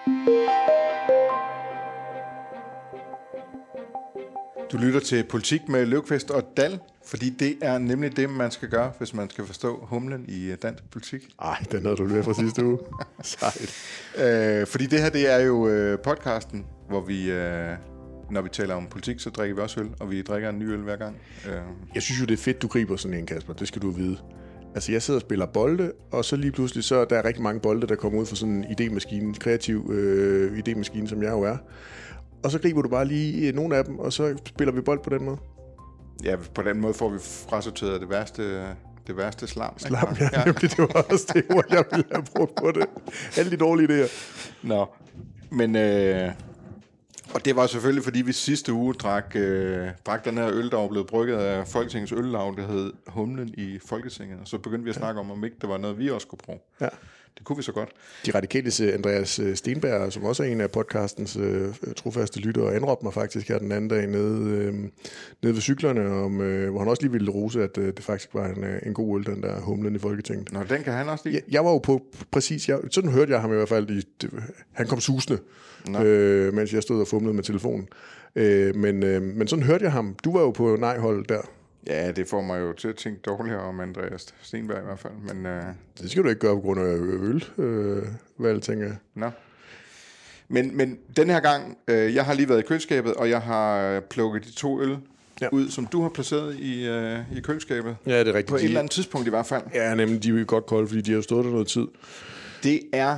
Du lytter til Politik med Løvqvist og Dahl, fordi det er nemlig det, man skal gøre, hvis man skal forstå humlen i dansk politik. Ej, den havde du lige fra sidste uge. Sejt. Fordi det her, det er jo podcasten, hvor vi, når vi taler om politik, så drikker vi også øl, og vi drikker en ny øl hver gang. Jeg synes jo, det er fedt, du griber sådan en, Kasper. Det skal du vide. Altså, jeg sidder og spiller bolde, og så lige pludselig, så der er rigtig mange bolde, der kommer ud fra sådan en idémaskine, kreativ idémaskine, som jeg jo er. Og så griber du bare lige nogle af dem, og så spiller vi bold på den måde. Ja, på den måde får vi frasorteret det værste slam. Slam, ja. Nemlig, det var også det ord, jeg ville have brugt på det. Alle de dårlige idéer. Nå, men... og det var selvfølgelig, fordi vi sidste uge drak den her øl, der var blevet brygget af Folketingets øllaug, der hed Humlen i Folketinget. Og så begyndte vi at snakke om ikke det var noget, vi også kunne bruge. Ja. Det kunne vi så godt. De radikales Andreas Steenberg, som også er en af podcastens trofaste lyttere, anråbte mig faktisk her den anden dag nede ved cyklerne, hvor han også lige ville rose, at det faktisk var en god øl, den der Humlen i Folketinget. Nå, den kan han også lide? Jeg var jo på præcis, sådan hørte jeg ham i hvert fald. Han kom susende, mens jeg stod og fumlede med telefonen. Men sådan hørte jeg ham. Du var jo på nej-hold der. Ja, det får mig jo til at tænke dårligere om Andreas Steenberg i hvert fald. Men, det skal du ikke gøre på grund af ølvalg, tænker jeg. Nå. Men den her gang, jeg har lige været i køleskabet, og jeg har plukket de 2 øl ud, som du har placeret i køleskabet. Ja, det er rigtigt. På et eller andet tidspunkt i hvert fald. Ja, nemlig, de er jo godt kolde, fordi de har stået der noget tid. Det er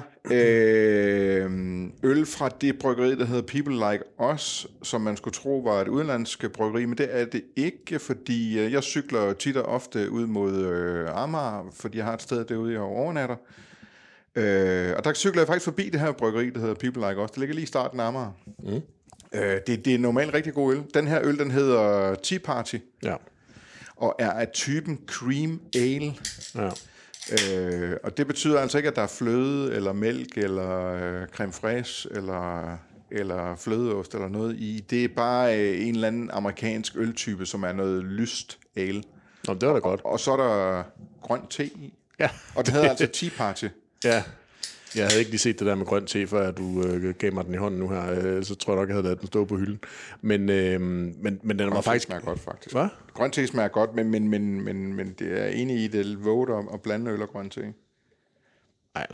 øl fra det bryggeri, der hedder People Like Us, som man skulle tro var et udenlandsk bryggeri, men det er det ikke, fordi jeg cykler tit og ofte ud mod Amager, fordi jeg har et sted derude, jeg overnatter. Og der cykler jeg faktisk forbi det her bryggeri, der hedder People Like Us. Det ligger lige i starten af Amager. Mm. Det er normalt rigtig god øl. Den her øl, den hedder Tea Party, og er af typen Cream Ale. Ja. Og det betyder altså ikke, at der er fløde, eller mælk, eller creme fraiche, eller flødeost, eller noget i. Det er bare en eller anden amerikansk øltype, som er noget lyst ale. Nå, det var da godt. Og så er der grøn te i. Ja. Og det hedder altså Tea Party. Ja. Jeg havde ikke lige set det der med grøn te, før du gav mig den i hånden nu her. Så tror jeg nok, jeg havde ladet den stå på hylden. Men den var faktisk... smager godt, faktisk. Hvad? Grøn te smager godt, men det er enig i det våget at blande øl og grøn te. Nej.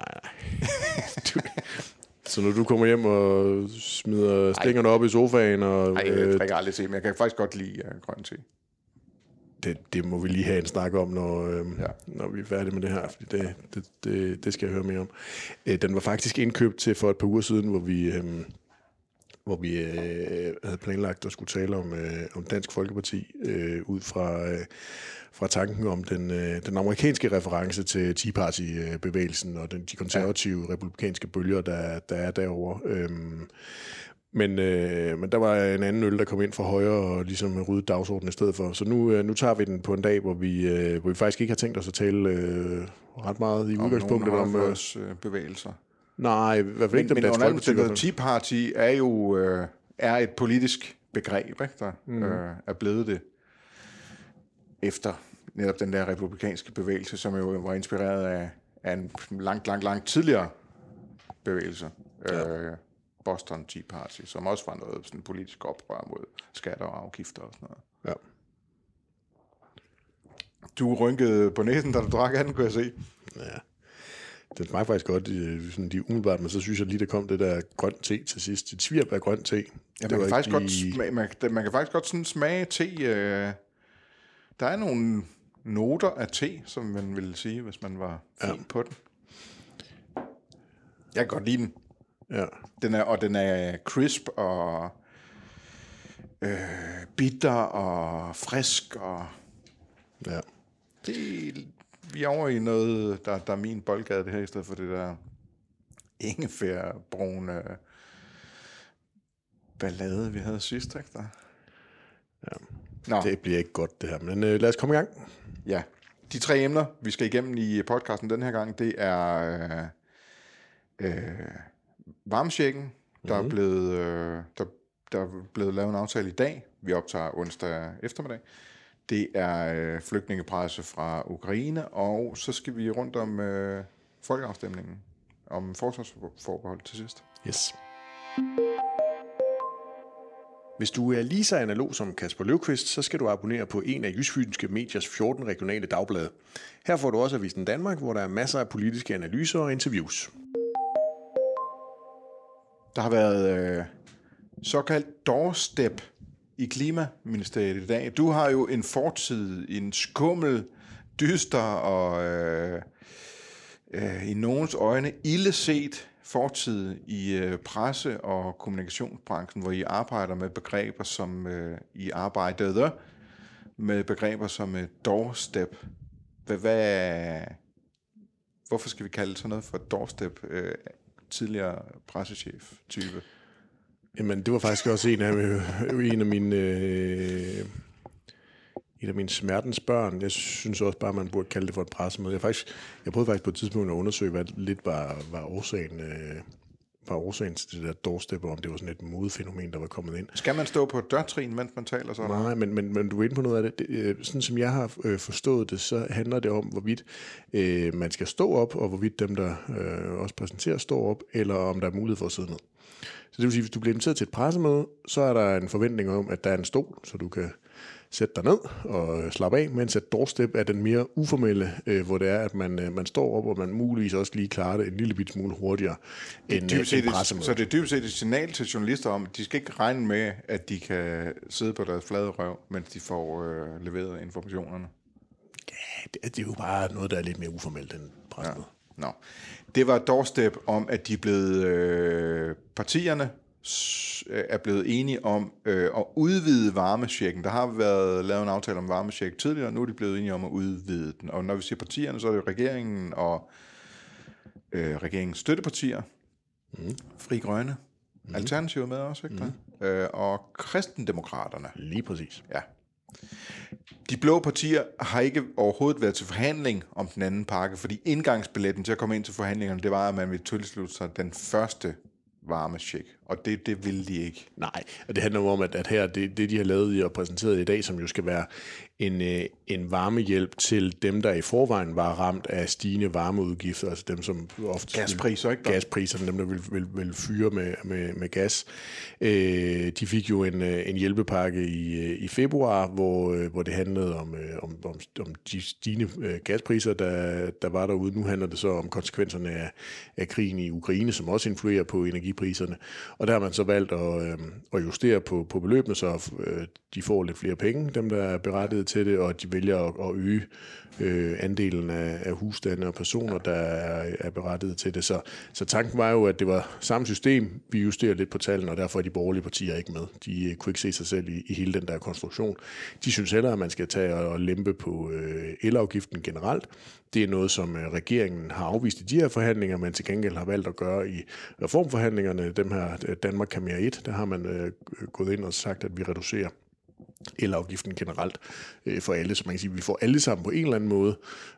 Så når du kommer hjem og smider stængerne op i sofaen og... Nej, jeg drikker aldrig te, men jeg kan faktisk godt lide grøn te. Det må vi lige have en snak om, når vi er færdige med det her, fordi det skal jeg høre mere om. Den var faktisk indkøbt til for et par uger siden, hvor vi havde planlagt at skulle tale om Dansk Folkeparti, ud fra tanken om den amerikanske reference til Tea Party-bevægelsen og de konservative republikanske bølger, der er derovre. Men der var en anden øl, der kom ind fra højre og ligesom ryddede dagsordenen i stedet for. Så nu tager vi den på en dag, hvor vi faktisk ikke har tænkt os at tale ret meget i udgangspunktet om bevægelser. Nej, i hvert fald ikke den danske Folkeparti. Men Tea Party er jo er et politisk begreb, ikke, der er blevet det efter netop den der republikanske bevægelse, som jo var inspireret af en langt tidligere bevægelse. Ja. Boston Tea Party, som også var noget sådan politisk oprør mod skatter og afgifter og sådan noget. Ja. Du rynkede på næsen, da du drak af den, kunne jeg se. Ja, den smagte faktisk godt, sådan de umiddelbart, men så synes jeg lige, der kom det der grøn te til sidst. Et svirp af grøn te. Ja, man kan faktisk godt sådan smage te. Der er nogle noter af te, som man ville sige, hvis man var fin på den. Jeg kan godt lide den. Ja. Den er crisp og bitter og frisk og vi er over i noget, der er min boldgade det her, i stedet for det der ingefærbrune ballade, vi havde sidst, ikke der? Ja. Det bliver ikke godt det her, men lad os komme i gang. Ja, de 3 emner, vi skal igennem i podcasten den her gang, det er varmechecken, der er blevet lavet en aftale i dag. Vi optager onsdag eftermiddag. Det er flygtningepresset fra Ukraine, og så skal vi rundt om folkeafstemningen. om forsvarsforbehold til sidst. Yes. Hvis du er lige så analog som Kasper Løvqvist, så skal du abonnere på en af Jysfynske Mediers 14 regionale dagblade. Her får du også Avisen Danmark, hvor der er masser af politiske analyser og interviews. Der har været såkaldt doorstep i Klimaministeriet i dag. Du har jo en fortid, en skummel, dyster og i nogens øjne ildeset fortid i presse- og kommunikationsbranchen, hvor I arbejder med begreber som I arbejdede med begreber som doorstep. Hvorfor skal vi kalde sådan noget for doorstep? Tidligere pressechef-type. Jamen, det var faktisk også en af mine smertens børn. Jeg synes også bare, man burde kalde det for et pressemøde. Jeg prøvede faktisk på et tidspunkt at undersøge, hvad lidt var årsagen til det der doorstep, om det var sådan et modefænomen, der var kommet ind. Skal man stå på et dørtrin, mens man taler så? Nej, men du er inde på noget af det. Sådan som jeg har forstået det, så handler det om, hvorvidt man skal stå op, og hvorvidt dem, der også præsenterer, står op, eller om der er mulighed for at sidde ned. Så det vil sige, hvis du bliver inviteret til et pressemøde, så er der en forventning om, at der er en stol, så du kan sætte dig ned og slappe af, mens at doorstep er den mere uformelle, hvor det er, at man står op, og man muligvis også lige klarer det en lille bit smule hurtigere end pressemøde. Så det er dybest set et signal til journalister om, at de skal ikke regne med, at de kan sidde på deres flade røv, mens de får leveret informationerne. Ja, det er jo bare noget, der er lidt mere uformelt end pressemøde. Ja. No. Det var et doorstep om, at de er blevet partierne er blevet enige om at udvide varmechecken. Der har været lavet en aftale om varmecheck tidligere, og nu er de blevet enige om at udvide den. Og når vi siger partierne, så er det regeringen og regeringens støttepartier, Fri Grønne, Alternativet med også, ikke? Og Kristendemokraterne. Lige præcis. Ja. De blå partier har ikke overhovedet været til forhandling om den anden pakke, fordi indgangsbilletten til at komme ind til forhandlingerne, det var, at man ville tilslutte sig den første varmecheck, og det ville de ikke. Nej, og det handler om, at her, det de har lavet og præsenteret i dag, som jo skal være en varmehjælp til dem, der i forvejen var ramt af stigende varmeudgifter, altså dem, som ofte... Gaspriser, ikke? Gaspriserne, dem, der vil fyre med gas. De fik jo en hjælpepakke i februar, hvor det handlede om de stigende gaspriser, der var derude. Nu handler det så om konsekvenserne af krigen i Ukraine, som også influerer på energipriserne. Og der har man så valgt at justere på beløbene, så de får lidt flere penge, dem der er berettiget til det, og de vælger at øge andelen af husstande og personer, der er berettiget til det. Så tanken var jo, at det var samme system. Vi justerer lidt på tallene, og derfor er de borgerlige partier ikke med. De kunne ikke se sig selv i hele den der konstruktion. De synes heller, at man skal tage og lempe på elafgiften generelt. Det er noget, som regeringen har afvist i de her forhandlinger, men til gengæld har valgt at gøre i reformforhandlingerne. Dem her Danmark kan mere 1, der har man gået ind og sagt, at vi reducerer elafgiften generelt for alle, så man kan sige, at vi får alle sammen på en eller anden måde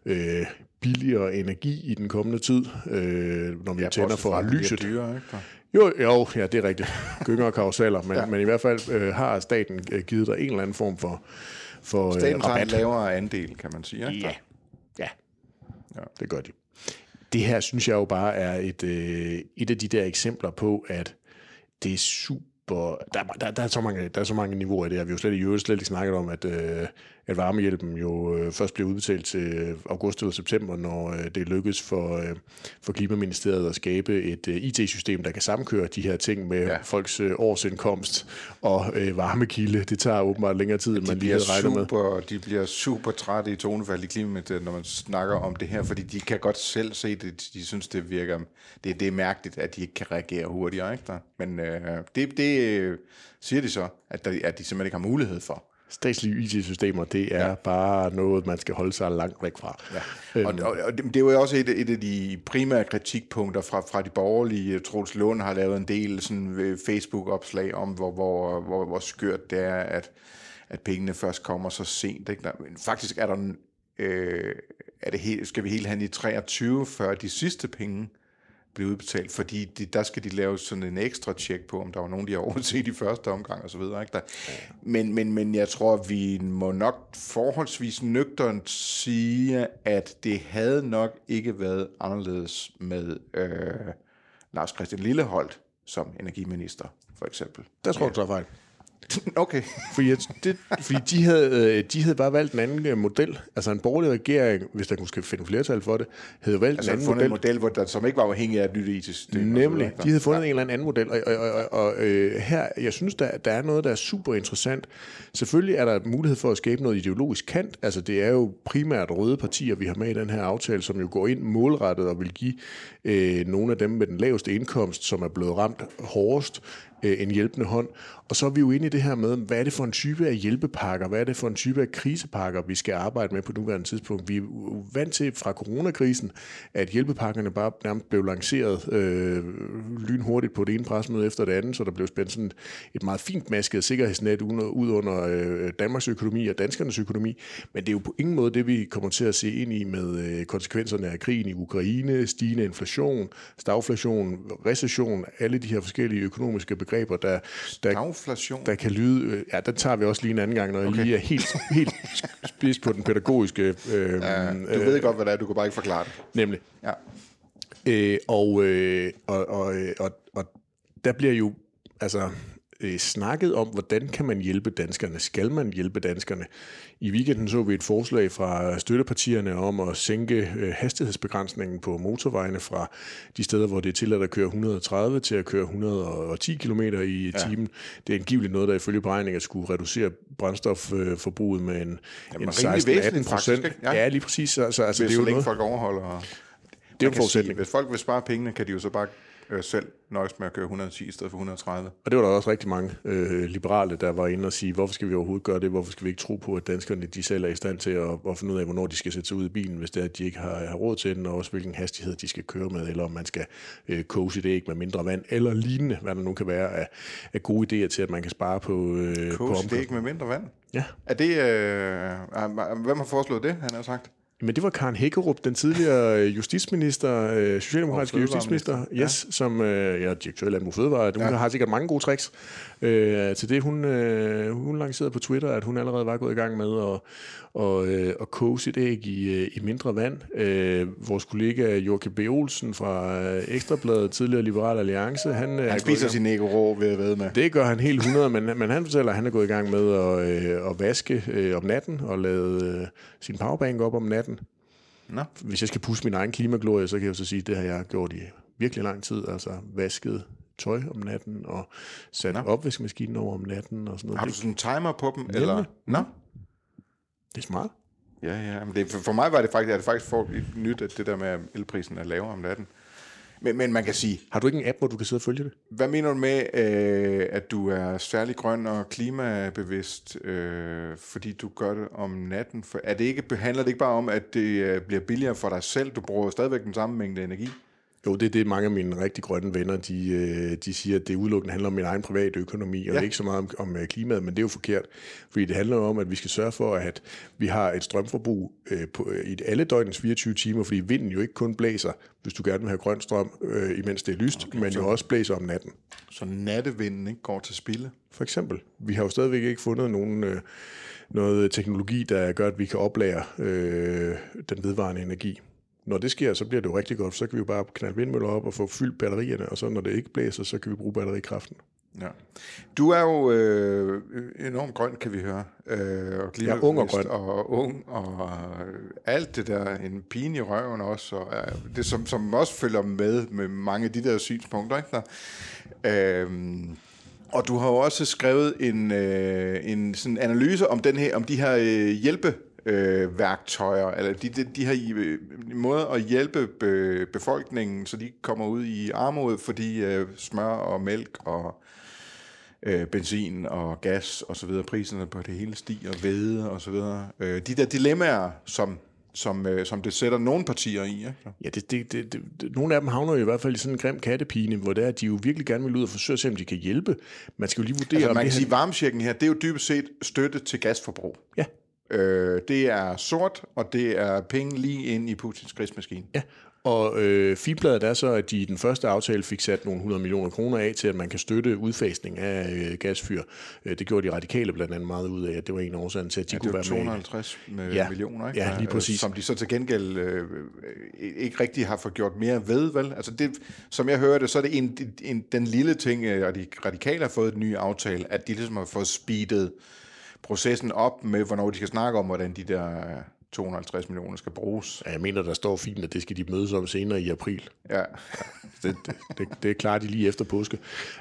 billigere energi i den kommende tid, når vi tænder for lyset. Dyre, ikke? Jo, ja, det er rigtigt. Gynger og karuseller, men i hvert fald har staten givet dig en eller anden form for staten rabat. Har en lavere andel, kan man sige. Ikke? Ja, det gør de. Det her synes jeg jo bare er et af de der eksempler på, at det er super. Der er så mange niveauer i det her. Vi har jo slet ikke snakket om, at varmehjælpen jo først bliver udbetalt til august eller september, når det lykkes for Klimaministeriet at skabe et IT-system, der kan sammenkøre de her ting med folks årsindkomst og varmekilde. Det tager åbenbart længere tid, end man lige havde regnet med. De bliver super trætte i tonefald i Klimaministeriet, når man snakker om det her, fordi de kan godt selv se det. De synes, det virker. Det er mærkeligt, at de ikke kan reagere hurtigere. Ikke? Men det siger de så, at de simpelthen ikke har mulighed for. Statslige IT-systemer, det er bare noget, man skal holde sig langt væk fra. Ja. Og det er jo også et af de primære kritikpunkter fra de borgerlige. Troels Lund har lavet en del sådan Facebook-opslag om, hvor skørt det er, at pengene først kommer så sent. Ikke? Men faktisk er der skal vi helt hen i 23, før de sidste penge blive udbetalt, fordi der skal de lave sådan en ekstra tjek på, om der var nogen, de har overset i første omgang og så videre. Ikke? Men jeg tror, vi må nok forholdsvis nøgternt sige, at det havde nok ikke været anderledes med Lars Christian Lilleholt som energiminister, for eksempel. Der tror du så fejl. Okay. Fordi de havde bare valgt en anden model. Altså en borgerlig regering, hvis der kunne finde flertal for det, havde valgt en anden model, som ikke var afhængig af et nyt IT-system. Nemlig, de havde fundet en eller anden model. Og her, jeg synes, der er noget, der er super interessant. Selvfølgelig er der mulighed for at skabe noget ideologisk kant. Altså det er jo primært røde partier, vi har med i den her aftale, som jo går ind målrettet og vil give nogle af dem med den laveste indkomst, som er blevet ramt hårdest, en hjælpende hånd. Og så er vi jo inde i det her med, hvad er det for en type af hjælpepakker, hvad er det for en type af krisepakker, vi skal arbejde med på nuværende tidspunkt. Vi er vant til fra coronakrisen, at hjælpepakkerne bare nærmest blev lanceret lynhurtigt på det ene pressemøde efter det andet, så der blev spændt sådan et meget fint masket sikkerhedsnet ud under Danmarks økonomi og danskernes økonomi. Men det er jo på ingen måde det, vi kommer til at se ind i med konsekvenserne af krigen i Ukraine, stigende inflation, stagflation, recession, alle de her forskellige økonomiske begreber, der kan lyde... Ja, den tager vi også lige en anden gang, når jeg lige er helt spids på den pædagogiske... du ved godt, hvad det er, du kan bare ikke forklare det. Nemlig. Ja. Og der bliver jo snakket om, hvordan kan man hjælpe danskerne? Skal man hjælpe danskerne? I weekenden så vi et forslag fra støttepartierne om at sænke hastighedsbegrænsningen på motorvejene fra de steder, hvor det er tilladt at køre 130 til at køre 110 km i timen. Det er angiveligt noget, der ifølge beregninger skulle reducere brændstofforbruget med en 16-18%. Ja, lige præcis. Altså, hvis det er jo så længe noget, folk overholder... Det er en forudsætning. Hvis folk vil spare pengene, kan de jo så bare selv nøjes med at køre 110 i stedet for 130. Og det var der også rigtig mange liberale, der var inde og sige, hvorfor skal vi overhovedet gøre det? Hvorfor skal vi ikke tro på, at danskerne de selv er i stand til at finde ud af, hvornår de skal sætte sig ud i bilen, hvis det er, at de ikke har råd til den, og også hvilken hastighed de skal køre med, eller om man skal koge sit æg med mindre vand, eller lignende, hvad der nu kan være af gode idéer til, at man kan spare på koge sit æg med mindre vand? Ja. Er det... hvem har foreslået det, han har sagt? Men det var Karen Hækkerup, den tidligere justitsminister, socialdemokratiske justitsminister, som direktør i Landbrug Fødevare. Hun har sikkert mange gode tricks til det. Hun lancerede på Twitter, at hun allerede var gået i gang med at koge sit æg i mindre vand. Vores kollega Joachim B. Olsen fra Ekstrabladet, tidligere Liberal Alliance, han spiser sin æg rå ved at væde med. Det gør han helt 100, men han fortæller, at han er gået i gang med at vaske om natten og lade sin powerbank op om natten. Nå. Hvis jeg skal pusse min egen klimaglorie, så kan jeg så sige, at det har jeg gjort i virkelig lang tid. Altså vasket tøj om natten og sat opvaskemaskinen over om natten og sådan noget. Har du sådan en timer på dem? Eller? Nå? Det er smart. Ja. Men for mig var det faktisk for nyt, at det der med, at elprisen er lavere om natten. Men man kan sige... Har du ikke en app, hvor du kan sidde og følge det? Hvad mener du med, at du er særlig grøn og klimabevidst, fordi du gør det om natten? Handler det ikke bare om, at det bliver billigere for dig selv? Du bruger stadigvæk den samme mængde energi? Jo, det er det, mange af mine rigtig grønne venner, de siger, at det udelukkende handler om min egen private økonomi, og ikke så meget om klimaet, men det er jo forkert. Fordi det handler jo om, at vi skal sørge for, at vi har et strømforbrug i alle døgnets 24 timer, fordi vinden jo ikke kun blæser, hvis du gerne vil have grøn strøm, imens det er lyst, men jo også blæser om natten. Så nattevinden ikke går til spilde? For eksempel. Vi har jo stadigvæk ikke fundet noget teknologi, der gør, at vi kan oplære den vedvarende energi. Når det sker, så bliver det jo rigtig godt, så kan vi jo bare knalde vindmøller op og få fyldt batterierne, og så når det ikke blæser, så kan vi bruge batterikraften. Ja. Du er jo enormt grøn, kan vi høre. Og ja, ung og grøn. Og ung, og alt det der, en pine i røven også, og det som også følger med mange af de der synspunkter, ikke der? Og du har jo også skrevet en sådan analyse om de her hjælpeværktøjer, eller de her måder at hjælpe befolkningen, så de kommer ud i armod, fordi smør og mælk og benzin og gas og så videre, priserne på det hele stiger, hvede og så videre. De der dilemmaer, som det sætter nogle partier i, ikke? Ja, nogle af dem havner jo i hvert fald i sådan en grim kattepine, hvor det er, at de jo virkelig gerne vil ud og forsøge at se, om de kan hjælpe. Man skal jo lige vurdere... Altså, man kan sige, varmechecken her, det er jo dybest set støtte til gasforbrug. Ja. Det er sort, og det er penge lige ind i Putins krigsmaskine. Ja, Og filbladet er så, at de i den første aftale fik sat nogle 100 millioner kroner af til, at man kan støtte udfasning af gasfyr. Det gjorde de radikale blandt andet meget ud af, at det var en af årsagen til, at de kunne være med. 250 millioner, ikke? Ja, lige præcis. Som de så til gengæld ikke rigtig har fået gjort mere ved, vel? Altså det, som jeg hører det, så er det den lille ting, at de radikale har fået en ny aftale, at de ligesom har fået speedet processen op med, hvornår de skal snakke om, hvordan de der 250 millioner skal bruges. Ja, jeg mener, der står fint, at det skal de mødes om senere i april. Ja. Det er klart, de lige efter påske.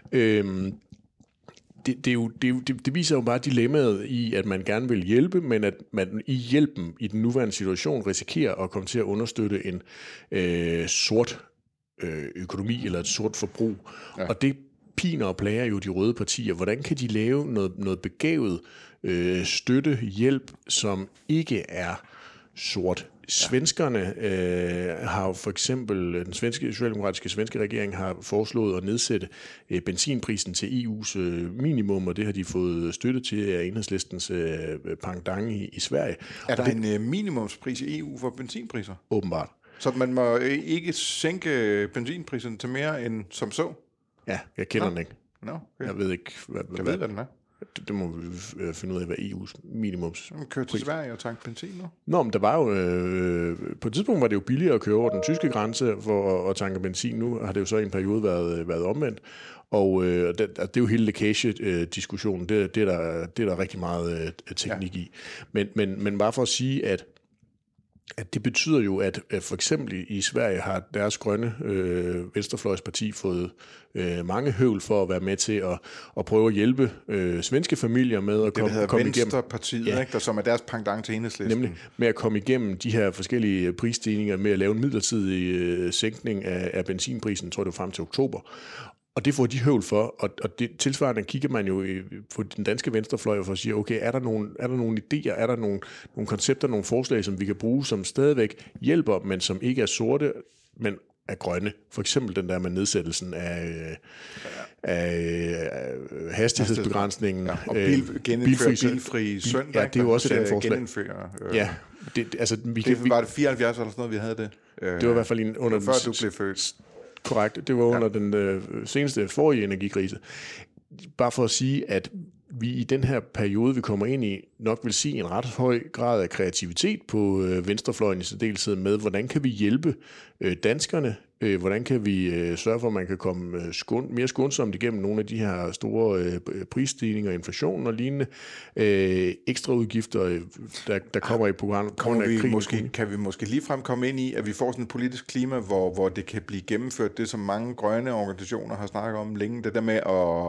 Det viser jo bare dilemmaet i, at man gerne vil hjælpe, men at man i hjælpen i den nuværende situation risikerer at komme til at understøtte en sort økonomi eller et sort forbrug. Ja. Og det piner og plager jo de røde partier. Hvordan kan de lave noget begavet støtte, hjælp, som ikke er sort? Svenskerne har jo for eksempel, den socialdemokratiske svenske regering har foreslået at nedsætte benzinprisen til EU's minimum, og det har de fået støtte til af Enhedslistens pendant i Sverige. Er der en minimumspris i EU for benzinpriser? Åbenbart. Så man må ikke sænke benzinprisen til mere end som så? Ja, jeg kender den ikke. Okay. Jeg ved ikke, hvad den er. Det må vi finde ud af, hvad EU's minimums. Man kører til Sverige og tanke benzin nu. Nå, men der var jo på et tidspunkt var det jo billigere at køre over den tyske grænse for at tanke benzin. Nu har det jo så i en periode været omvendt. Og det er jo hele lækage-diskussionen. Det er der rigtig meget teknik i. Men bare for at sige, at det betyder jo, at for eksempel i Sverige har deres grønne venstrefløjsparti fået mange høvl for at være med til at prøve at hjælpe svenske familier med at komme igennem. Venstrepartiet, ja. Ikke? Der, som er deres pendant til Enhedslisten. Nemlig med at komme igennem de her forskellige prisstigninger med at lave en midlertidig sænkning af benzinprisen, tror jeg det var frem til oktober. Og det får de høvl for, og det tilsvarende kigger man jo på den danske venstrefløj for at sige, okay, er der nogle idéer, er der nogle koncepter, nogle forslag, som vi kan bruge, som stadigvæk hjælper, men som ikke er sorte, men er grønne. For eksempel den der med nedsættelsen af hastighedsbegrænsningen. Ja, og bilfri søndag. Ja, det er jo også et andet forslag. Ja, var det 74 eller sådan noget, vi havde det? Det var i hvert fald under før du blev født. Korrekt. Det var under den seneste forrige energikrise. Bare for at sige, at vi i den her periode, vi kommer ind i, nok vil sige en ret høj grad af kreativitet på venstrefløjen i særdeleshed med, hvordan kan vi hjælpe danskerne? Hvordan kan vi sørge for, at man kan komme mere skånsomt igennem nogle af de her store prisstigninger, inflation og lignende ekstra udgifter, der kommer i programmet. Kan vi måske ligefrem komme ind i, at vi får sådan et politisk klima, hvor det kan blive gennemført, det som mange grønne organisationer har snakket om længe, det der med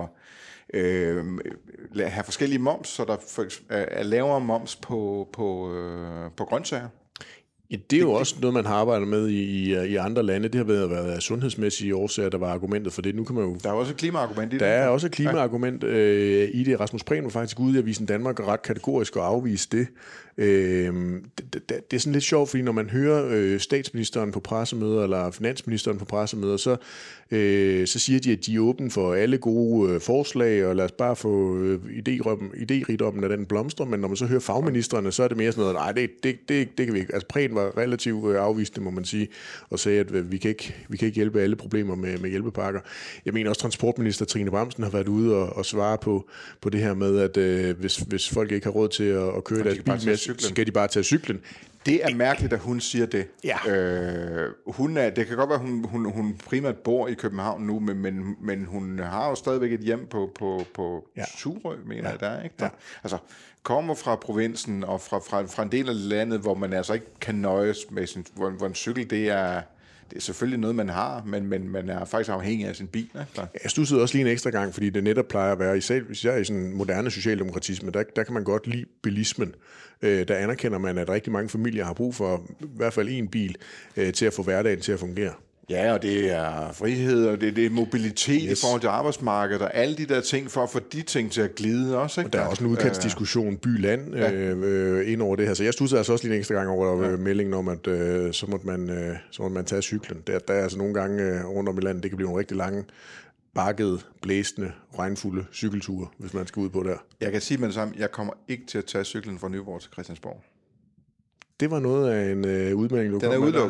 at have forskellige moms, så der er lavere moms på grøntsager. Ja, det er jo også noget, man har arbejdet med i andre lande. Det har været af sundhedsmæssige årsager, der var argumentet for det. Nu kan man jo... Der er også et klimaargument i det. Der er også et klimaargument i det. Rasmus Prehn var faktisk ude i Avisen Danmark og ret kategorisk og afvise det. Det er sådan lidt sjovt, fordi når man hører statsministeren på pressemøder eller finansministeren på pressemøder, så siger de, at de er åbne for alle gode forslag, og lad os bare få idérigdommen af den blomster, men når man så hører fagministerne, så er det mere sådan noget, nej, det kan vi ikke. Altså Prehn var relativt afvisende, må man sige, og sagde, at vi kan ikke hjælpe alle problemer med hjælpepakker. Jeg mener også, transportminister Trine Bramsen har været ude og svare på det her med, at hvis folk ikke har råd til at køre deres bil med, så skal de bare tage cyklen. Det er mærkeligt, at hun siger det. Ja. Det kan godt være, at hun primært bor i København nu, men hun har jo stadigvæk et hjem på Surø, mener jeg der, ikke? Der, altså, kommer fra provinsen og fra en del af landet, hvor man altså ikke kan nøjes med hvor en cykel, det er selvfølgelig noget, man har, men man er faktisk afhængig af sin bil. Ikke? Jeg studsede også lige en ekstra gang, fordi det netop plejer at være, især i sådan en moderne socialdemokratisme, der kan man godt lide bilismen. Der anerkender man, at rigtig mange familier har brug for i hvert fald en bil til at få hverdagen til at fungere. Ja, og det er frihed, og det er mobilitet i forhold til arbejdsmarkedet, og alle de der ting, for at få de ting til at glide også. Ikke? Og der er også en udkantsdiskussion by-land ind over det her. Så jeg studsede altså også lige en ekstra gang over meldingen om, at så måtte man tage cyklen. Der er altså nogle gange rundt om i landet, det kan blive nogle rigtig lange, bakkede, blæsende, regnfulde cykelture, hvis man skal ud på der. Jeg kan sige med det samme, jeg kommer ikke til at tage cyklen fra Nyborg til Christiansborg. Det var noget af en udmelding, du Den er udelukket.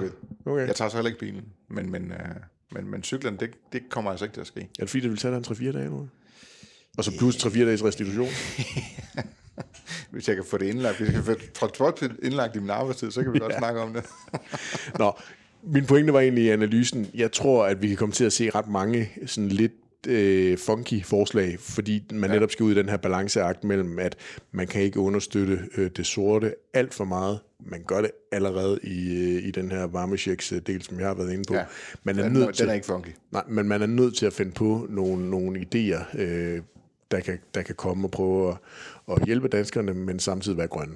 Okay. Jeg tager så heller ikke bilen, men cyklen, det kommer altså ikke til at ske. Er det fordi, det vil tage dig 3-4 dage nu? Og så plus 3-4 dages restitution? Hvis jeg kan få det indlagt, hvis jeg kan få transport indlagt i min arbejdstid, så kan vi godt snakke om det. Nå, min pointe var egentlig i analysen. Jeg tror, at vi kan komme til at se ret mange sådan lidt funky forslag, fordi man netop skal ud i den her balanceakt mellem, at man kan ikke understøtte det sorte alt for meget. Man gør det allerede i den her varmechecks-del, som jeg har været inde på. Ja, den er ikke funky. Nej, men man er nødt til at finde på nogle idéer, der kan komme og prøve at hjælpe danskerne, men samtidig være grønne.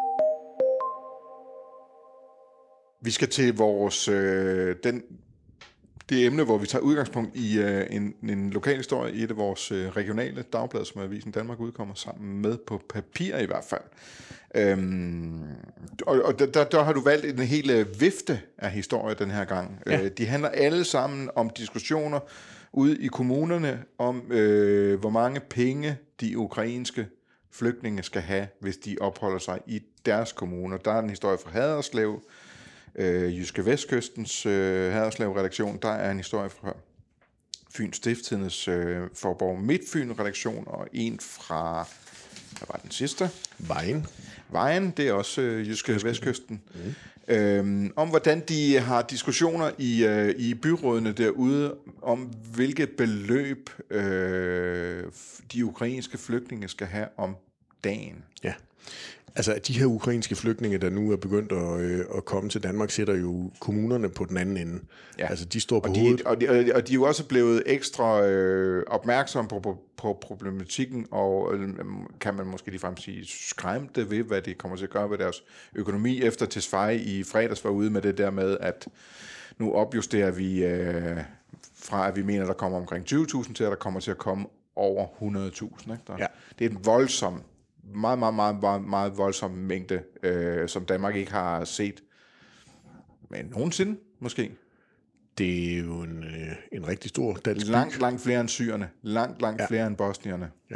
Vi skal til vores det emne, hvor vi tager udgangspunkt i en lokal historie i et af vores regionale dagblad, som Avisen Danmark udkommer sammen med, på papir i hvert fald. Og der har du valgt en hel vifte af historier den her gang. Ja. De handler alle sammen om diskussioner ude i kommunerne om, hvor mange penge de ukrainske flygtninge skal have, hvis de opholder sig i deres kommuner. Der er en historie fra Haderslev, Jyske Vestkystens Haderslev-redaktion. Der er en historie fra Fyns Stiftstidendes Faaborg Midtfyn-redaktion, og en fra, hvad var den sidste? Vejen, det er også Jyske Vestkysten. Om hvordan de har diskussioner i byrådene derude, om hvilke beløb de ukrainske flygtninge skal have om dagen. Ja. Altså, de her ukrainske flygtninge, der nu er begyndt at komme til Danmark, sætter jo kommunerne på den anden ende. Ja. Altså, de står på hovedet. Og de er jo også blevet ekstra opmærksomme på problematikken, og kan man måske ligefrem sige skræmte ved, hvad det kommer til at gøre ved deres økonomi, efter Tesfaye i fredags var ude med det der med, at nu opjusterer vi fra, at vi mener, der kommer omkring 20.000 til, at der kommer til at komme over 100.000. Ja. Det er en voldsom, meget voldsom mængde, som Danmark ikke har set, men nogensinde måske. Det er jo en rigtig stor dansk langt flere end syrerne, langt flere end bosnierne. Ja.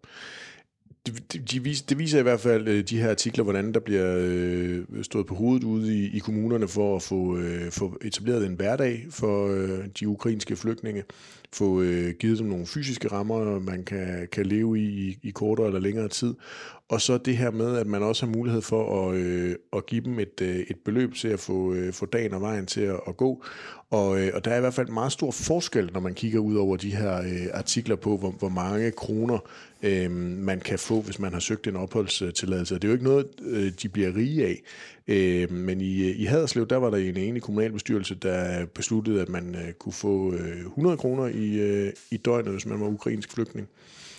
Det viser i hvert fald de her artikler, hvordan der bliver stået på hovedet ude i kommunerne for at få etableret en hverdag for de ukrainske flygtninge, få givet dem nogle fysiske rammer, man kan leve i kortere eller længere tid, og så det her med, at man også har mulighed for at give dem et beløb til at få dagen og vejen til at gå, og der er i hvert fald meget stor forskel, når man kigger ud over de her artikler på, hvor mange kroner man kan få, hvis man har søgt en opholdstilladelse. Det er jo ikke noget, de bliver rige af. Men i Haderslev, der var der en enig kommunalbestyrelse, der besluttede, at man kunne få 100 kroner i døgnet, hvis man var ukrainsk flygtning.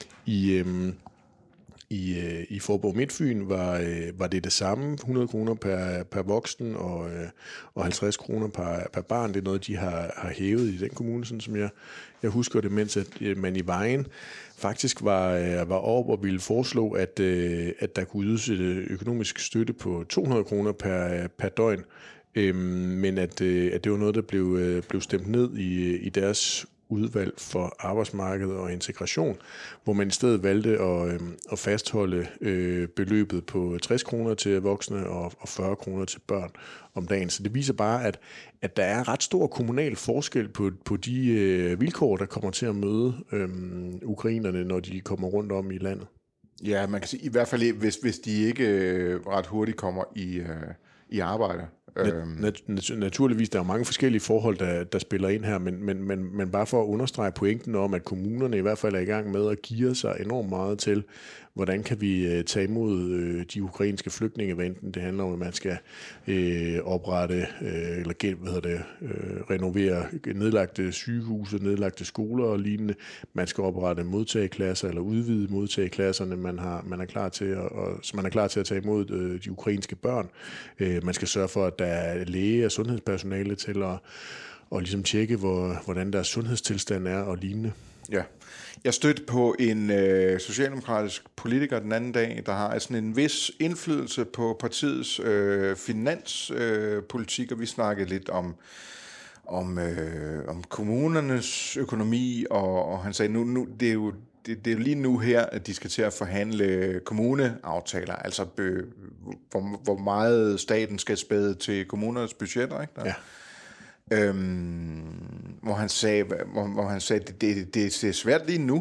I Faaborg Midtfyn var det samme, 100 kroner per voksen og 50 kroner per barn. Det er noget, de har hævet i den kommune, sådan som jeg husker det, mens at man i Vejen faktisk var oppe og ville foreslå, at der kunne ydes økonomisk støtte på 200 kroner per døgn, men at det var noget, der blev stemt ned i deres udvalg for arbejdsmarkedet og integration, hvor man i stedet valgte at fastholde beløbet på 60 kroner til voksne og 40 kroner til børn om dagen. Så det viser bare, at der er ret stor kommunal forskel på de vilkår, der kommer til at møde ukrainerne, når de kommer rundt om i landet. Ja, man kan sige, i hvert fald hvis de ikke ret hurtigt kommer i arbejde. Naturligvis, der er mange forskellige forhold, der spiller ind her, men bare for at understrege pointen om, at kommunerne i hvert fald er i gang med at geare sig enormt meget til, hvordan kan vi tage imod de ukrainske flygtninge, hvad enten det handler om, at man skal oprette eller renovere nedlagte sygehuse, nedlagte skoler og lignende. Man skal oprette modtageklasser eller udvide modtageklasserne, man er klar til at tage imod de ukrainske børn. Man skal sørge for, at der er læge og sundhedspersonale til at ligesom tjekke, hvordan deres sundhedstilstand er og lignende. Ja. Jeg stødte på en socialdemokratisk politiker den anden dag, der har sådan en vis indflydelse på partiets finanspolitik, og vi snakkede lidt om kommunernes økonomi, og han sagde, nu det er jo lige nu her, at de skal til at forhandle kommuneaftaler, altså hvor meget staten skal spæde til kommunernes budgetter, ikke? Ja. hvor han sagde, det er svært lige nu,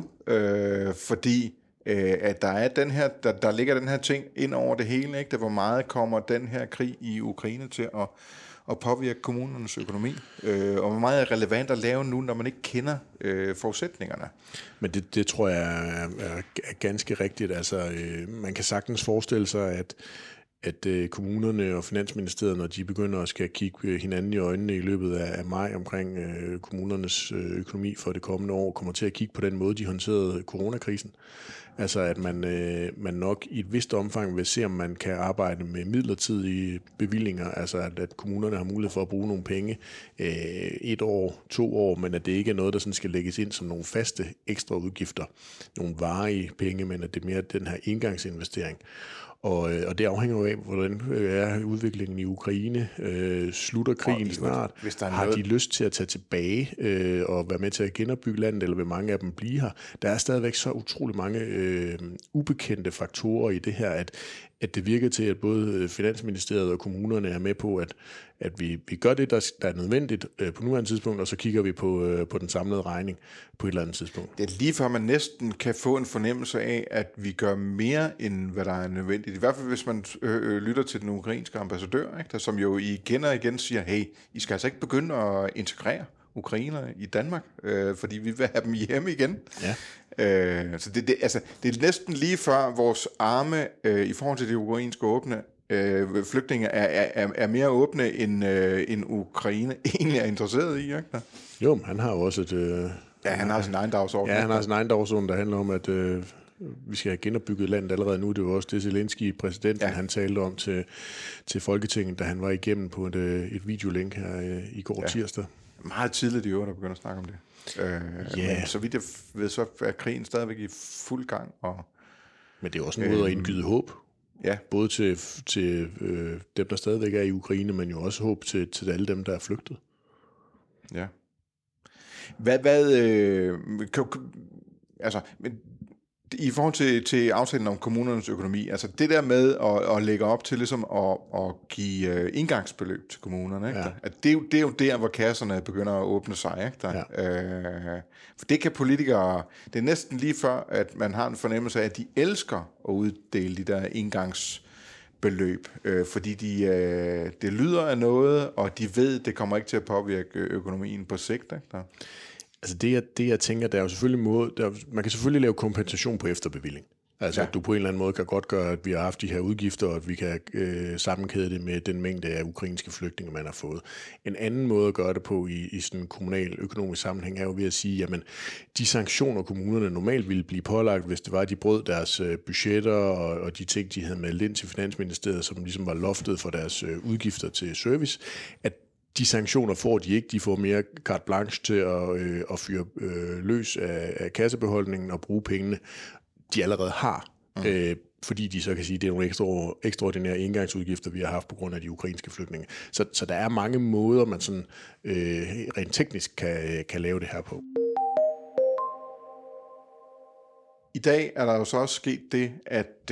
fordi at der ligger den her ting ind over det hele, ikke? Hvor meget kommer den her krig i Ukraine til at påvirke kommunernes økonomi, og hvor meget er relevant at lave nu, når man ikke kender forudsætningerne. Men det tror jeg er ganske rigtigt. Altså, man kan sagtens forestille sig, at kommunerne og Finansministeriet, når de begynder at skal kigge hinanden i øjnene i løbet af maj omkring kommunernes økonomi for det kommende år, kommer til at kigge på den måde, de håndterede coronakrisen. Altså at man nok i et vist omfang vil se, om man kan arbejde med midlertidige bevillinger, altså at kommunerne har mulighed for at bruge nogle penge 1 år, 2 år, men at det ikke er noget, der sådan skal lægges ind som nogle faste ekstra udgifter, nogle varige penge, men at det er mere den her engangsinvestering. Og det afhænger jo af, hvordan er udviklingen i Ukraine. Slutter krigen snart? Har de lyst til at tage tilbage og være med til at genopbygge landet, eller vil mange af dem blive her? Der er stadigvæk så utrolig mange ubekendte faktorer i det her, at det virker til, at både Finansministeriet og kommunerne er med på, at vi gør det, der er nødvendigt på nuværende tidspunkt, og så kigger vi på den samlede regning på et eller andet tidspunkt. Det er lige før man næsten kan få en fornemmelse af, at vi gør mere, end hvad der er nødvendigt. I hvert fald, hvis man lytter til den ukrainske ambassadør, ikke? Der, som jo igen og igen siger, hey, I skal altså ikke begynde at integrere ukrainere i Danmark, fordi vi vil have dem hjem igen. Ja. Så det er næsten lige før vores arme i forhold til de ukrainske åbne flygtninge er mere åbne, end Ukraine egentlig er interesseret i, ikke? Jo, han har jo også et... han har sin egen dagsorden. Ja, han har sin egen dagsorden, der handler om, at vi skal have genopbygget landet allerede nu. Det var også det Zelensky, præsidenten, han talte om til Folketinget, da han var igennem på et videolink her i går tirsdag. Meget tidligt i år, der begynder at snakke om det. Men så vidt jeg ved, så er krigen stadigvæk i fuld gang. Men det er også en måde at indgyde håb. Ja. Både til dem, der stadigvæk er i Ukraine, men jo også håb til alle dem, der er flygtet. Ja. I forhold til aftalen om kommunernes økonomi, altså det der med at lægge op til ligesom at give indgangsbeløb til kommunerne, ikke? At det er jo der, hvor kasserne begynder at åbne sig, ikke? For det kan politikere, det er næsten lige før, at man har en fornemmelse af, at de elsker at uddele de der indgangsbeløb, fordi det lyder af noget, og de ved, det kommer ikke til at påvirke økonomien på sigt, ikke? Altså det jeg tænker, der er jo selvfølgelig man kan selvfølgelig lave kompensation på efterbevilling. Altså at du på en eller anden måde kan godt gøre, at vi har haft de her udgifter, og at vi kan sammenkæde det med den mængde af ukrainske flygtninge, man har fået. En anden måde at gøre det på i sådan en kommunal økonomisk sammenhæng er jo ved at sige, jamen de sanktioner, kommunerne normalt ville blive pålagt, hvis det var, at de brød deres budgetter og de ting, de havde meldt ind til Finansministeriet, som ligesom var loftet for deres udgifter til service, at de sanktioner får de ikke. De får mere carte blanche til at fyre løs af kassebeholdningen og bruge pengene, de allerede har. Fordi de så kan sige, at det er nogle ekstraordinære engangsudgifter, vi har haft på grund af de ukrainske flygtninge. Så der er mange måder, man sådan rent teknisk kan lave det her på. I dag er der jo så også sket det, at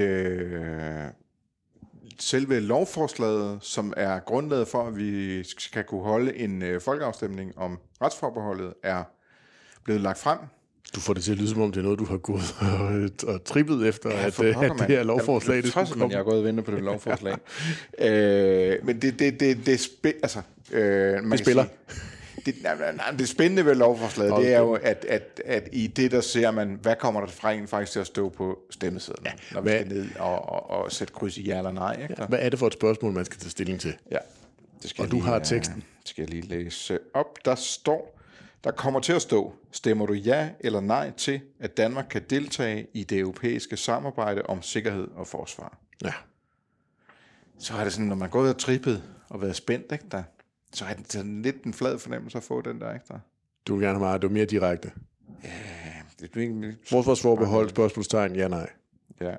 selve lovforslaget, som er grundlaget for, at vi skal kunne holde en folkeafstemning om retsforbeholdet, er blevet lagt frem. Du får det til at lyde som om, det er noget, du har gået og trippet efter, at det her lovforslag... Jeg har gået og ventet på det lovforslag. Men det spiller. Det spændende ved lovforslaget, det er jo, at i det, der ser man, hvad kommer der fra en faktisk til at stå på stemmesedlen, når vi skal ned og sætte kryds i ja eller nej. Ikke? Hvad er det for et spørgsmål, man skal tage stilling til? Ja. Og du har teksten. Det skal jeg lige læse op. Der står, der kommer til at stå, stemmer du ja eller nej til, at Danmark kan deltage i det europæiske samarbejde om sikkerhed og forsvar? Ja. Så er det sådan, når man går ud og trippet og været spændt, ikke der? Så er det sådan lidt en flad fornemmelse at få den der ekstra. Du vil gerne have meget, du er mere direkte. Ja, det er ikke... Forsvarsforbehold, spørgsmålstegn, ja, nej. Ja.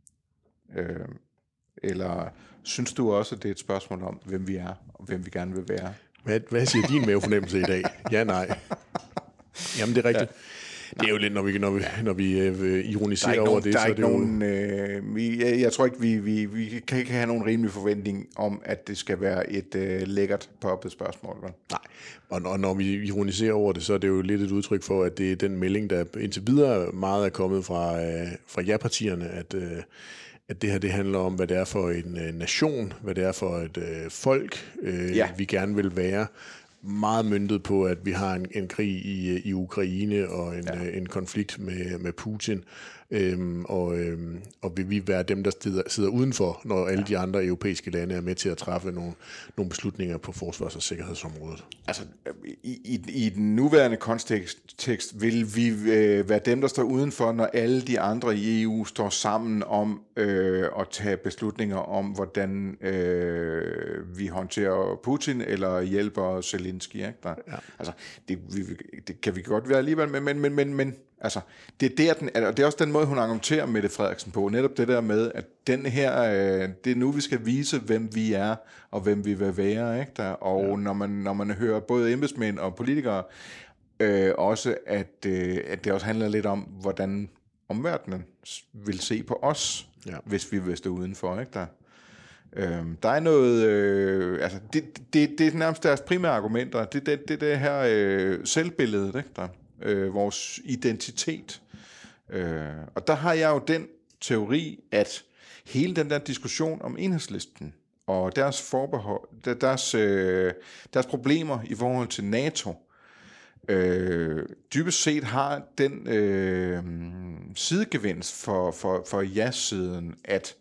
Eller synes du også, at det er et spørgsmål om, hvem vi er, og hvem vi gerne vil være? Hvad siger din mavefornemmelse i dag? Ja, nej. Jamen, det er rigtigt. Det er jo lidt, når vi ironiserer over det, så er det jo... Jeg tror ikke, vi kan ikke have nogen rimelig forventning om, at det skal være et lækkert poppet spørgsmål. Vel? Nej, og når vi ironiserer over det, så er det jo lidt et udtryk for, at det er den melding, der indtil videre meget er kommet fra ja-partierne, at det her det handler om, hvad det er for en nation, hvad det er for et folk, vi gerne vil være. Meget møntet på, at vi har en krig i Ukraine og en konflikt med Putin. Og vil vi være dem, der sidder udenfor, når alle de andre europæiske lande er med til at træffe nogle beslutninger på forsvars- og sikkerhedsområdet? Altså, i den nuværende kontekst vil vi være dem, der står udenfor, når alle de andre i EU står sammen om at tage beslutninger om, hvordan vi håndterer Putin eller hjælper Zelensky. Ikke? Altså, det kan vi godt være alligevel, men altså, det er også den måde, hun argumenterer Mette Frederiksen på. Netop det der med, at den her, det er nu, vi skal vise, hvem vi er, og hvem vi vil være. Ikke? Og når man hører både embedsmænd og politikere, også at det også handler lidt om, hvordan omverdenen vil se på os, hvis vi vil stå udenfor. Ikke? Der er noget, altså det er nærmest deres primære argumenter. Det her selvbillede, ikke? Vores identitet. Og der har jeg jo den teori, at hele den der diskussion om Enhedslisten og deres forbehold, deres problemer i forhold til NATO, dybest set har den sidegevinst for ja-siden,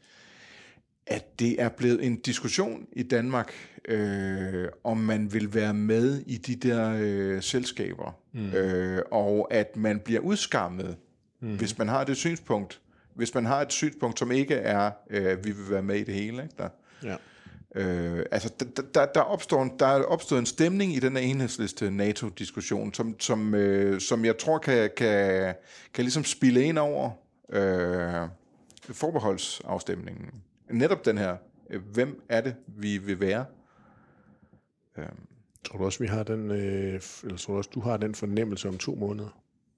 at det er blevet en diskussion i Danmark, om man vil være med i de der selskaber, og at man bliver udskammet, hvis man har det synspunkt. Hvis man har et synspunkt, som ikke er, vi vil være med i det hele. Ikke? Altså, der er opstået en stemning i den her enhedsliste NATO-diskussion, som jeg tror kan ligesom spille ind over forbeholdsafstemningen. Netop den her, hvem er det, vi vil være? Tror du også, vi har den, eller tror du også, du har den fornemmelse om 2 måneder?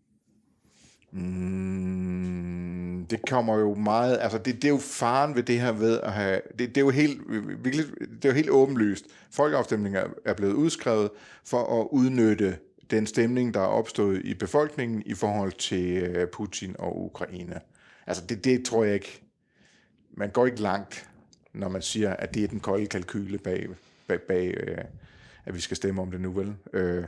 Det kommer jo meget, altså det er jo faren ved det her ved at have, det er jo helt åbenlyst. Folkeafstemninger er blevet udskrevet for at udnytte den stemning, der er opstået i befolkningen i forhold til Putin og Ukraine. Altså det tror jeg ikke. Man går ikke langt, når man siger, at det er den kolde kalkyle bag at vi skal stemme om det nu, vel?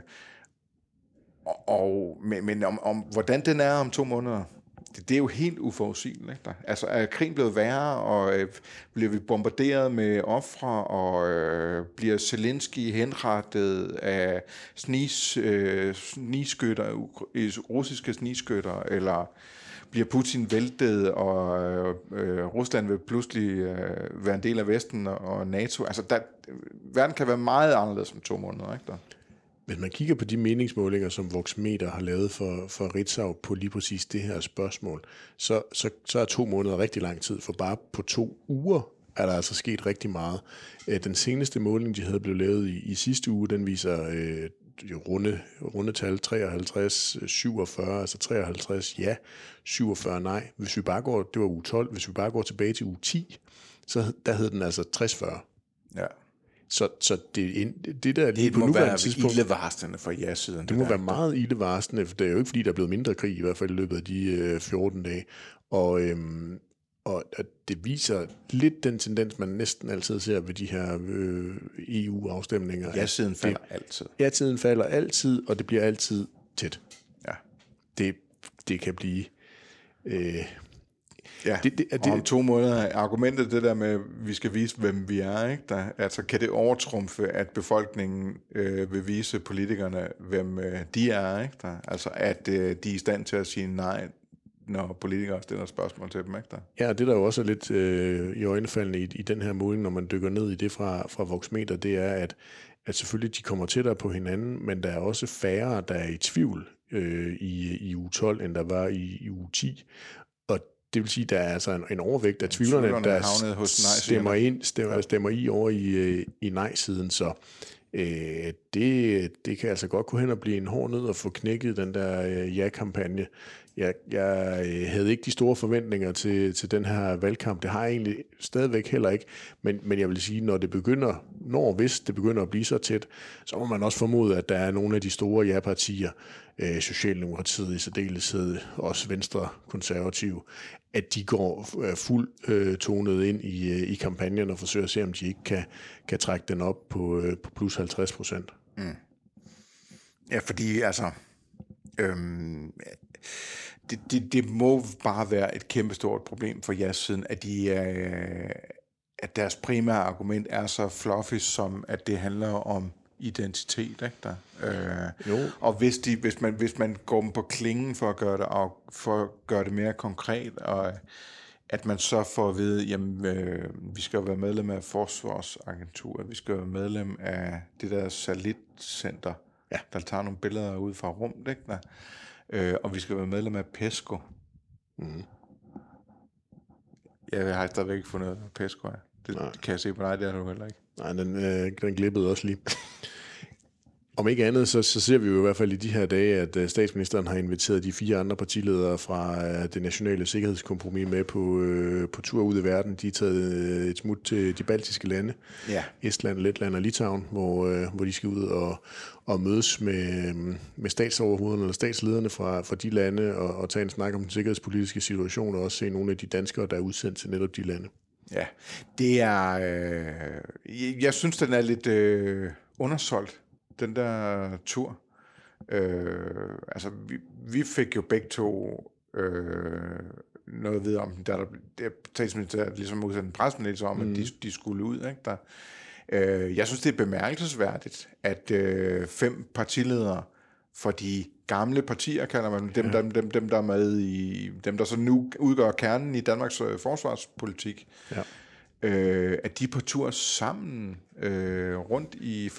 Men om hvordan den er om 2 måneder, det er jo helt uforudsigeligt. Ikke? Altså er krigen blevet værre, og bliver vi bombarderet med ofre, og bliver Zelensky henrettet af snigskytter, russiske snigskytter, eller bliver Putin væltet, og Rusland vil pludselig være en del af Vesten og NATO. Altså, verden kan være meget anderledes om 2 måneder, ikke der? Hvis man kigger på de meningsmålinger, som Voxmeter har lavet for Ritzau på lige præcis det her spørgsmål, så er 2 måneder rigtig lang tid, for bare på 2 uger er der altså sket rigtig meget. Den seneste måling, de havde blevet lavet i sidste uge, den viser rundetal 53, 47, altså 53 ja, 47 nej. Hvis vi bare går, det var uge 12, hvis vi bare går tilbage til uge 10, så der hed den altså 60-40. Ja. Så det der lige på nuværende tidspunkt... Det må være ildevarslende for ja-siden. Det må være meget ildevarslende, for det er jo ikke fordi, der er blevet mindre krig, i hvert fald i løbet af de 14 dage. Og det viser lidt den tendens, man næsten altid ser ved de her EU-afstemninger. Ja-siden falder altid. Ja-tiden falder altid, og det bliver altid tæt. Ja. Det kan blive... Ja, og om 2 måneder er argumentet det der med, at vi skal vise, hvem vi er. Ikke? Altså kan det overtrumfe, at befolkningen vil vise politikerne, hvem de er. Ikke? Altså at de er i stand til at sige nej, når politikere stiller spørgsmål til dem. Ikke? Ja, det der jo også er lidt i øjnefaldende i den her måling, når man dykker ned i det fra Voxmeter, det er, at selvfølgelig de kommer tættere på hinanden, men der er også færre, der er i tvivl i uge 12, end der var i uge 10. Og det vil sige, at der er altså en overvægt af tvivlerne, der stemmer i over i nej-siden. Så det kan altså godt gå hen og blive en hård nød at få knækket den der ja-kampagne. Jeg havde ikke de store forventninger til den her valgkamp. Det har jeg egentlig stadigvæk heller ikke. Men jeg vil sige, hvis det begynder at blive så tæt, så må man også formode, at der er nogle af de store ja-partier, Socialdemokratiet i særdeleshed, også Venstre, Konservative, at de går fuldt tonet ind i kampagnen og forsøger at se, om de ikke kan trække den op på plus 50%. Mm. Ja, fordi altså... Det må bare være et kæmpestort problem for ja-siden, at deres primære argument er så fluffy, som at det handler om identitet, ikke der? Og hvis man går dem på klingen for at gøre det mere konkret, og at man så får at vide, jamen, vi skal jo være medlem af Forsvarsagenturet, vi skal være medlem af det der satellitcenter, der tager nogle billeder ud fra rummet, ikke der? Og vi skal være medlem af PESCO. Mm. Jeg har stadigvæk ikke fundet ud af, hvad PESCO er. Det kan jeg se på dig, det har du heller ikke. Nej, den glippede også lige. Om ikke andet, så ser vi jo i hvert fald i de her dage, at statsministeren har inviteret de 4 andre partiledere fra det nationale sikkerhedskompromis med på tur ud i verden. De er taget et smut til de baltiske lande, Estland, Letland og Litauen, hvor de skal ud og mødes med statsoverhovederne eller statslederne fra de lande og tage en snak om den sikkerhedspolitiske situation og også se nogle af de danskere, der er udsendt til netop de lande. Ja, det er... jeg synes, den er lidt undersolgt, den der tur. Altså, vi fik jo begge to noget at vide om, der statsministeriet ligesom udsendt en pressemeddelelse om, at de skulle ud, ikke? Jeg synes, det er bemærkelsesværdigt, at 5 partiledere for de gamle partier, kalder man dem der er med i, dem der så nu udgør kernen i Danmarks forsvarspolitik, at de på tur sammen rundt i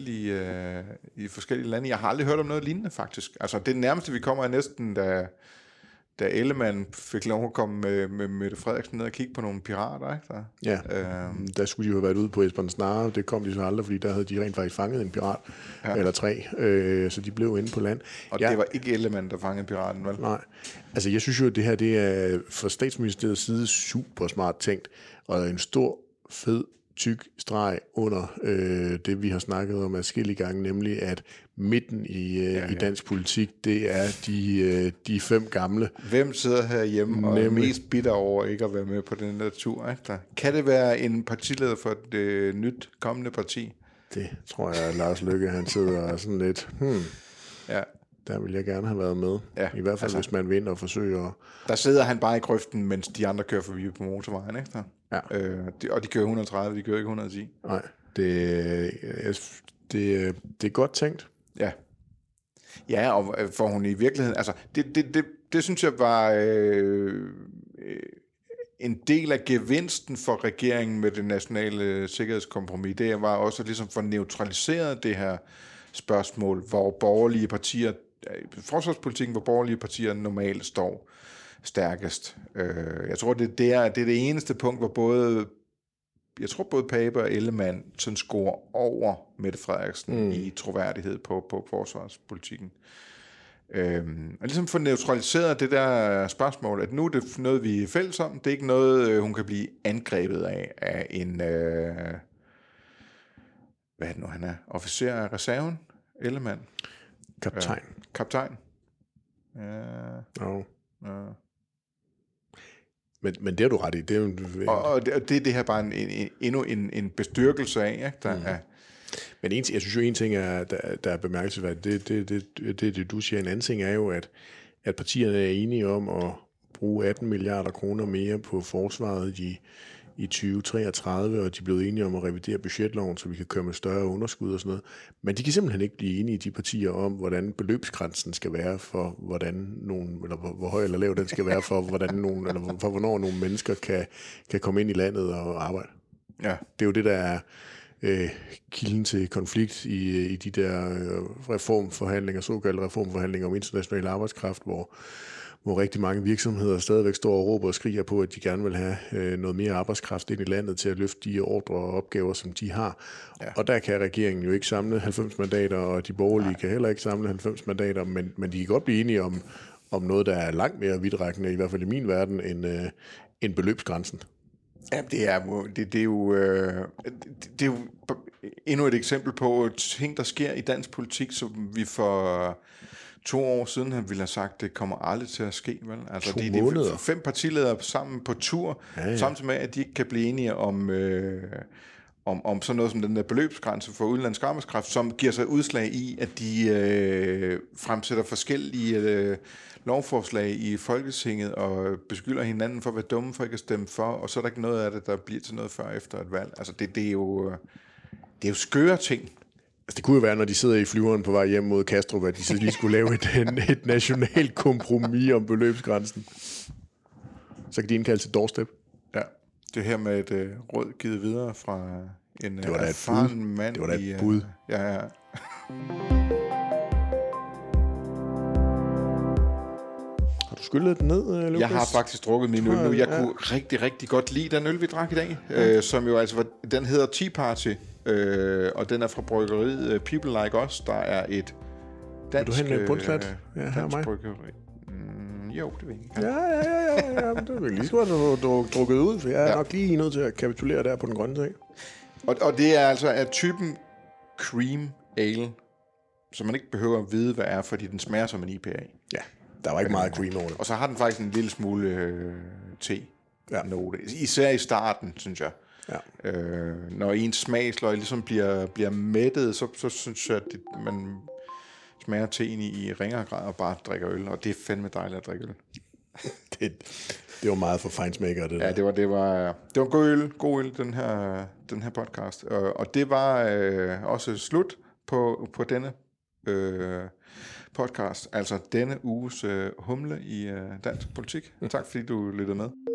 forskellige lande. Jeg har aldrig hørt om noget lignende, faktisk. Altså, det nærmeste, vi kommer, er næsten, da Ellemann fik lov at komme med Mette Frederiksen ned og kigge på nogle pirater, ikke? Der skulle de jo have været ude på Esbern Snare, det kom de så aldrig, fordi der havde de rent faktisk fanget en pirat, eller 3, så de blev inde på land. Og det var ikke Ellemann, der fangede piraten, vel? Nej, altså jeg synes jo, at det her, det er fra statsministeriets side super smart tænkt, og en stor, fed, tyk streg under det, vi har snakket om adskillige gange, nemlig at midten i dansk politik, det er de 5 gamle. Hvem sidder herhjemme og er mest bitter over ikke at være med på den der tur? Ikke? Kan det være en partileder for et nyt kommende parti? Det tror jeg, at Lars Løkke, han sidder sådan lidt, der vil jeg gerne have været med. Ja, i hvert fald, altså, hvis man vinder og forsøger. Der sidder han bare i grøften, mens de andre kører forbi på motorvejen, ikke? Ja. Og de kører 130, de kører ikke 110. Nej, det er godt tænkt. Ja. Ja, og for hun i virkeligheden, altså, det synes jeg var en del af gevinsten for regeringen med det nationale sikkerhedskompromis. Det var også ligesom for neutraliseret det her spørgsmål, hvor borgerlige partier, forsvarspolitikken, hvor borgerlige partier normalt står stærkest. Jeg tror, det er det eneste punkt, hvor både Pape og Ellemann sådan scorer over Mette Frederiksen i troværdighed på forsvarspolitikken. Og ligesom få neutraliseret det der spørgsmål, at nu er det noget, vi er fælles om. Det er ikke noget, hun kan blive angrebet af en... hvad er det nu, han er? Officer af reserven? Ellemann? Kaptajn. Men det har du ret i. Det er jo og det her bare endnu en bestyrkelse af, ikke? Der er. Men jeg synes jo, en ting er, der er bemærkelsesværdigt, det du siger. En anden ting er jo, at partierne er enige om at bruge 18 milliarder kroner mere på forsvaret i 2033, og de er blevet enige om at revidere budgetloven, så vi kan køre med større underskud og sådan noget. Men de kan simpelthen ikke blive enige i de partier om, hvordan beløbsgrænsen skal være for, hvordan nogen, eller hvor høj eller lav den skal være for, hvordan nogen, eller for hvornår nogle mennesker kan komme ind i landet og arbejde. Ja. Det er jo det, der er kilden til konflikt i de der reformforhandlinger, såkaldte reformforhandlinger om international arbejdskraft, hvor rigtig mange virksomheder stadigvæk står og råber og skriger på, at de gerne vil have noget mere arbejdskraft ind i landet til at løfte de ordre og opgaver, som de har. Ja. Og der kan regeringen jo ikke samle 90 mandater, og de borgerlige kan heller ikke samle 90 mandater, men de kan godt blive enige om noget, der er langt mere vidtrækkende, i hvert fald i min verden, end beløbsgrænsen. Ja, det er jo endnu et eksempel på ting, der sker i dansk politik, som vi for 2 år siden ville have sagt, det kommer aldrig til at ske. Vel? Altså, de er 5 partiledere sammen på tur, samtidig med, at de ikke kan blive enige om sådan noget som den der beløbsgrænse for udenlandsk arbejdskraft, som giver sig udslag i, at de fremsætter forskellige lovforslag i Folketinget og beskylder hinanden for at være dumme for ikke at stemme for, og så er der ikke noget af det, der bliver til noget før efter et valg. Altså det er jo skøre ting. Altså det kunne jo være, når de sidder i flyveren på vej hjem mod Kastrup, at de så lige skulle lave et nationalt kompromis om beløbsgrænsen. Så kan de indkalde til doorstep. Ja, det her med et råd givet videre fra en erfaren mand. Det var da et bud. Ja. Har du skyllet den ned, Lukas? Jeg har faktisk drukket min øl nu. Jeg kunne rigtig, rigtig godt lide den øl, vi drak i dag, som jo altså den hedder Tea Party, og den er fra bryggeriet People Like Us, der er et dansk... Vil du have en bundslat? Ja, her mig. Bryggeri. Jo, det vil jeg ikke. Ja, det vil lige så du drukket ud, for jeg er nok lige nødt til at kapitulere der på den grønne ting. Og det er altså af typen cream ale, som man ikke behøver at vide, hvad er, fordi den smager som en IPA. Ja, der var ikke meget cream over det. Og så har den faktisk en lille smule te-note. Især i starten, synes jeg. Ja. Når ens smagsløg ligesom bliver mættet, så synes jeg, at man smager teen i ringere grad og bare drikker øl. Og det er fandme dejligt at drikke øl. Det var meget for feinsmaker, det der. Ja, det var god øl, den her podcast. Og det var også slut på denne podcast. Altså denne uges humle i dansk politik. Tak fordi du lyttede med.